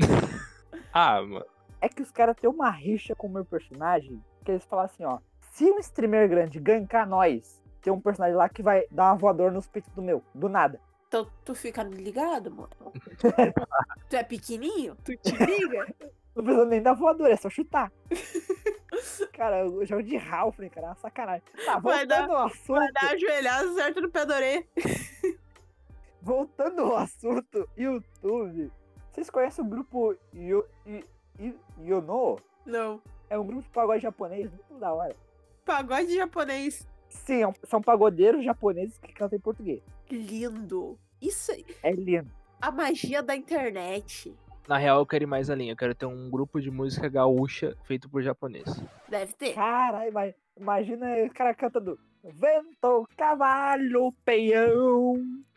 Mano. É que os caras têm uma rixa com o meu personagem, que eles falam assim, ó. Se um streamer grande gankar nós, tem um personagem lá que vai dar uma voadora nos peitos do meu, do nada. Então tu fica ligado, mano? Tu é pequenininho? Tu te liga? Não precisa nem dar voadora, é só chutar. Cara, eu jogo de Ralph, né, cara? É uma sacanagem. Tá, voltando ao assunto. Vai dar ajoelhado certo no pé da orelha. Voltando ao assunto, YouTube. Vocês conhecem o grupo Yono? Não. É um grupo de pagode japonês, muito da hora. Pagode japonês? Sim, são pagodeiros japoneses que cantam em português. Lindo. Isso é lindo. A magia da internet. Na real, eu quero ir mais além. Eu quero ter um grupo de música gaúcha feito por japonês. Deve ter. Caralho, imagina o cara cantando vento, cavalo, peão.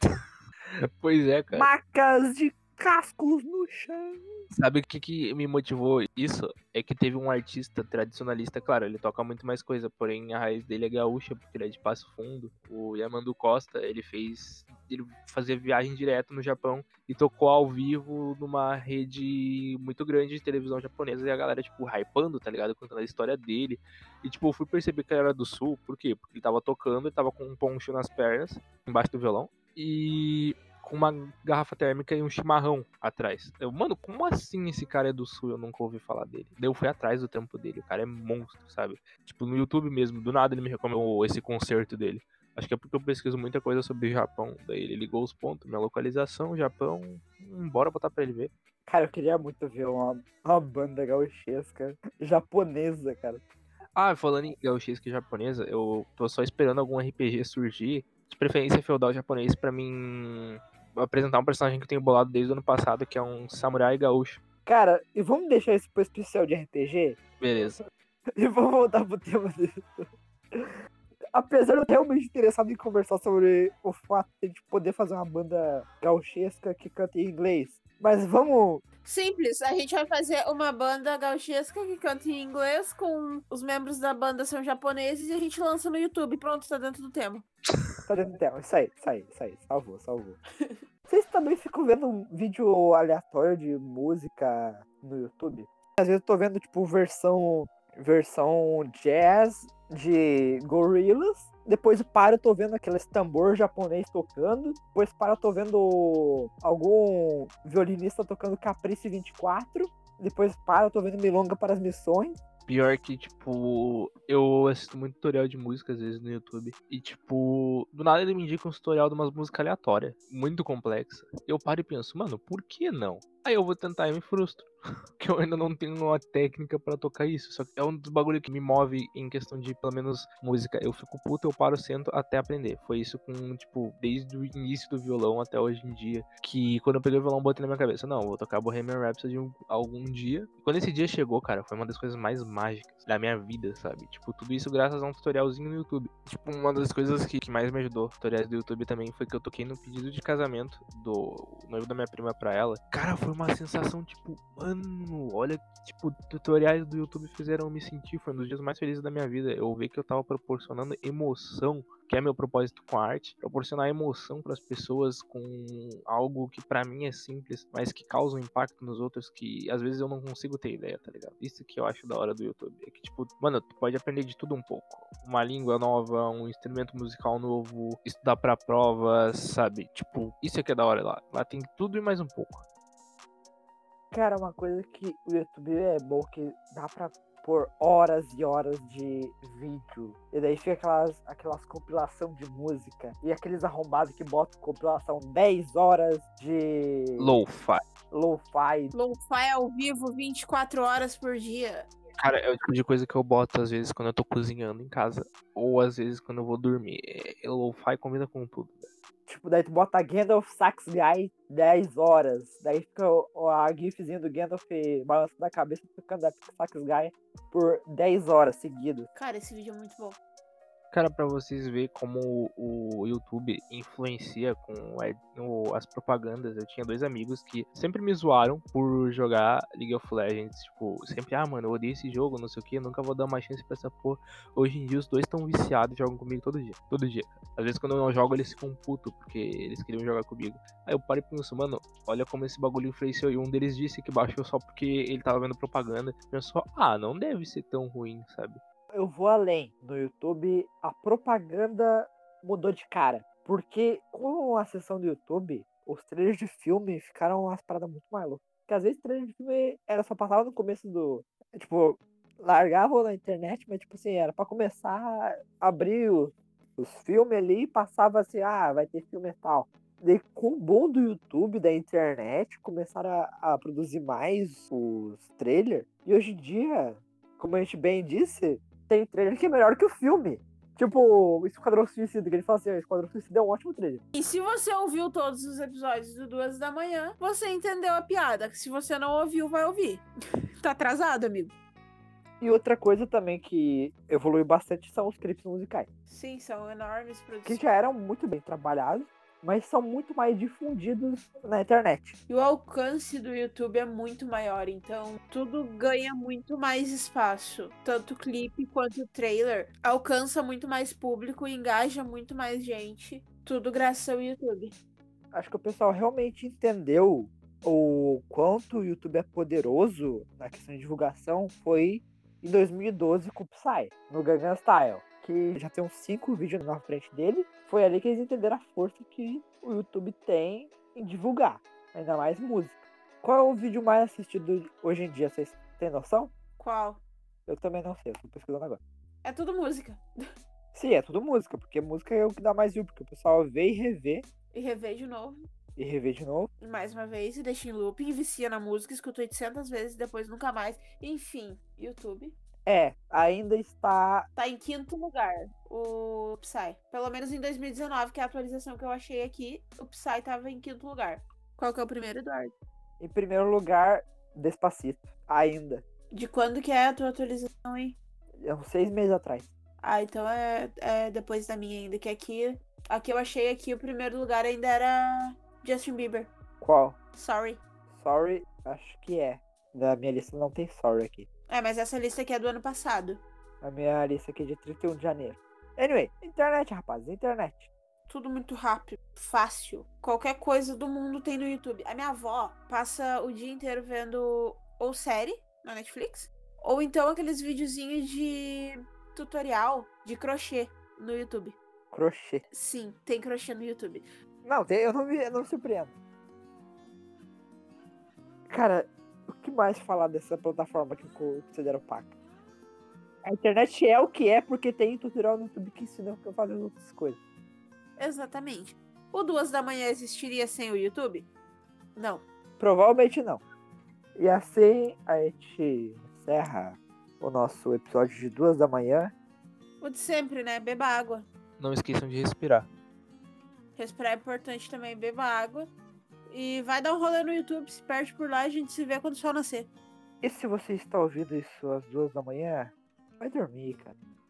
Pois é, cara. Macas de cascos no chão. Sabe o que me motivou isso? É que teve um artista tradicionalista, claro, ele toca muito mais coisa, porém a raiz dele é gaúcha, porque ele é de Passo Fundo. O Yamandu Costa, ele fazia viagem direto no Japão e tocou ao vivo numa rede muito grande de televisão japonesa e a galera, tipo, hypando, tá ligado? Contando a história dele. E, tipo, eu fui perceber que ele era do Sul, por quê? Porque ele tava tocando, ele tava com um poncho nas pernas, embaixo do violão, e com uma garrafa térmica e um chimarrão atrás. Mano, como assim esse cara é do Sul? Eu nunca ouvi falar dele. Daí eu fui atrás do trampo dele. O cara é monstro, sabe? Tipo, no YouTube mesmo, do nada ele me recomendou esse concerto dele. Acho que é porque eu pesquiso muita coisa sobre o Japão. Daí ele ligou os pontos, minha localização, Japão. Bora botar pra ele ver. Cara, eu queria muito ver uma banda gauchesca japonesa, cara. Falando em gauchesca japonesa, eu tô só esperando algum RPG surgir, de preferência feudal japonês, pra mim apresentar um personagem que eu tenho bolado desde o ano passado, que é um samurai gaúcho. Cara, e vamos deixar isso pro especial de RPG? Beleza. E vamos voltar pro tema dele. Apesar de eu realmente interessado em conversar sobre o fato de a gente poder fazer uma banda gauchesca que canta em inglês. Mas vamos... Simples, a gente vai fazer uma banda gauchesca que canta em inglês, com os membros da banda são japoneses, e a gente lança no YouTube. Pronto, tá dentro do tema. Tá dentro do tema. Isso aí. Salvou. Vocês também ficam vendo um vídeo aleatório de música no YouTube? Às vezes eu tô vendo, tipo, versão jazz de Gorillaz. Depois eu tô vendo aqueles tambor japonês tocando. Depois eu tô vendo algum violinista tocando Caprice 24. Depois eu tô vendo Milonga para as Missões. Pior que, tipo, eu assisto muito tutorial de música, às vezes, no YouTube. E, tipo, do nada ele me indica um tutorial de umas músicas aleatórias, muito complexa. Eu paro e penso, mano, por que não? Aí eu vou tentar e me frustro. Porque eu ainda não tenho uma técnica pra tocar isso. Só que é um dos bagulhos que me move em questão de, pelo menos, música. Eu fico puto, eu paro, sento até aprender. Foi isso com, tipo, desde o início do violão até hoje em dia. Que quando eu peguei o violão, botei na minha cabeça, não, vou tocar Bohemian Rhapsody algum dia. E quando esse dia chegou, cara, foi uma das coisas mais mágicas da minha vida, sabe? Tipo, tudo isso graças a um tutorialzinho no YouTube. Tipo, uma das coisas que mais me ajudou, tutoriais do YouTube também, foi que eu toquei no pedido de casamento do noivo da minha prima pra ela. Cara, foi uma sensação, tipo, mano, olha, tipo, tutoriais do YouTube fizeram eu me sentir, foi um dos dias mais felizes da minha vida. Eu vi que eu tava proporcionando emoção, que é meu propósito com a arte, proporcionar emoção pras pessoas com algo que pra mim é simples, mas que causa um impacto nos outros que às vezes eu não consigo ter ideia, tá ligado? Isso que eu acho da hora do YouTube, é que, tipo, mano, tu pode aprender de tudo um pouco. Uma língua nova, um instrumento musical novo, estudar pra provas, sabe? Tipo, isso é que é da hora lá. Lá tem tudo e mais um pouco. Cara, uma coisa que o YouTube é bom que dá pra pôr horas e horas de vídeo. E daí fica aquelas compilação de música. E aqueles arrombados que botam compilação 10 horas de... Lo-fi. Lo-fi. Lo-fi ao vivo 24 horas por dia. Cara, é o tipo de coisa que eu boto às vezes quando eu tô cozinhando em casa. Ou às vezes quando eu vou dormir. Lo-fi combina com tudo. Tipo, daí tu bota Gandalf Sax Guy 10 horas. Daí fica a gifzinha do Gandalf balançando a cabeça tocando a Sax Guy por 10 horas seguidas. Cara, esse vídeo é muito bom. Cara, pra vocês verem como o YouTube influencia com as propagandas. Eu tinha 2 amigos que sempre me zoaram por jogar League of Legends. Tipo, sempre, mano, eu odeio esse jogo, não sei o que, nunca vou dar uma chance pra essa porra. Hoje em dia os dois estão viciados e jogam comigo todo dia. Todo dia. Às vezes quando eu não jogo eles ficam putos porque eles queriam jogar comigo. Aí eu paro e penso, mano, olha como esse bagulho influenciou. E um deles disse que baixou só porque ele tava vendo propaganda. Pensou, não deve ser tão ruim, sabe? Eu vou além. No YouTube, a propaganda mudou de cara. Porque com a sessão do YouTube, os trailers de filme ficaram umas paradas muito mais loucas. Porque às vezes trailer de filme era só passava no começo do... Tipo, largavam na internet, mas tipo assim, era pra começar a abrir os filmes ali e passava assim, vai ter filme e tal. Daí com o boom do YouTube, da internet, começaram a produzir mais os trailers. E hoje em dia, como a gente bem disse, tem trailer que é melhor que o filme. Tipo, o Esquadrão Suicida, que ele fala assim, o Esquadrão Suicida é um ótimo trailer. E se você ouviu todos os episódios do 2 da manhã, você entendeu a piada. Se você não ouviu, vai ouvir. Tá atrasado, amigo? E outra coisa também que evoluiu bastante são os clipes musicais. Sim, são enormes Que produções. já eram muito bem trabalhados, mas são muito mais difundidos na internet. E o alcance do YouTube é muito maior, então tudo ganha muito mais espaço. Tanto o clipe quanto o trailer alcança muito mais público, engaja muito mais gente. Tudo graças ao YouTube. Acho que o pessoal realmente entendeu o quanto o YouTube é poderoso na questão de divulgação foi em 2012 com o Psy, no Gangnam Style, que já tem uns 5 vídeos na frente dele. Foi ali que eles entenderam a força que o YouTube tem em divulgar, ainda mais música. Qual é o vídeo mais assistido hoje em dia? Vocês têm noção? Qual? Eu também não sei, eu tô pesquisando agora. É tudo música. Sim, é tudo música, porque música é o que dá mais view, porque o pessoal vê e revê. E rever de novo. E rever de novo. E mais uma vez, e deixa em looping, vicia na música, escuta 800 vezes, depois nunca mais. Enfim, YouTube. Ainda está... Tá em 5º lugar, o Psy. Pelo menos em 2019, que é a atualização que eu achei aqui, o Psy tava em 5º lugar. Qual que é o primeiro, Eduardo? Em primeiro lugar, Despacito. Ainda. De quando que é a tua atualização, hein? É uns 6 meses atrás. Então é depois da minha ainda, que aqui eu achei aqui o primeiro lugar ainda era Justin Bieber. Qual? Sorry. Sorry, acho que é. Na minha lista não tem Sorry aqui. Mas essa lista aqui é do ano passado. A minha lista aqui é de 31 de janeiro. Anyway, internet, rapaz, internet. Tudo muito rápido, fácil. Qualquer coisa do mundo tem no YouTube. A minha avó passa o dia inteiro vendo ou série na Netflix, ou então aqueles videozinhos de tutorial de crochê no YouTube. Crochê. Sim, tem crochê no YouTube. Não, eu não me surpreendo. Cara, o que mais falar dessa plataforma que considero opaca? A internet é o que é porque tem tutorial no YouTube que ensina a fazer outras coisas. Exatamente. O 2 da manhã existiria sem o YouTube? Não. Provavelmente não. E assim a gente encerra o nosso episódio de 2 da manhã. O de sempre, né? Beba água. Não esqueçam de respirar. Respirar é importante também, beba água. E vai dar um rolê no YouTube, se perde por lá, a gente se vê quando o sol nascer. E se você está ouvindo isso às 2 da manhã, vai dormir, cara.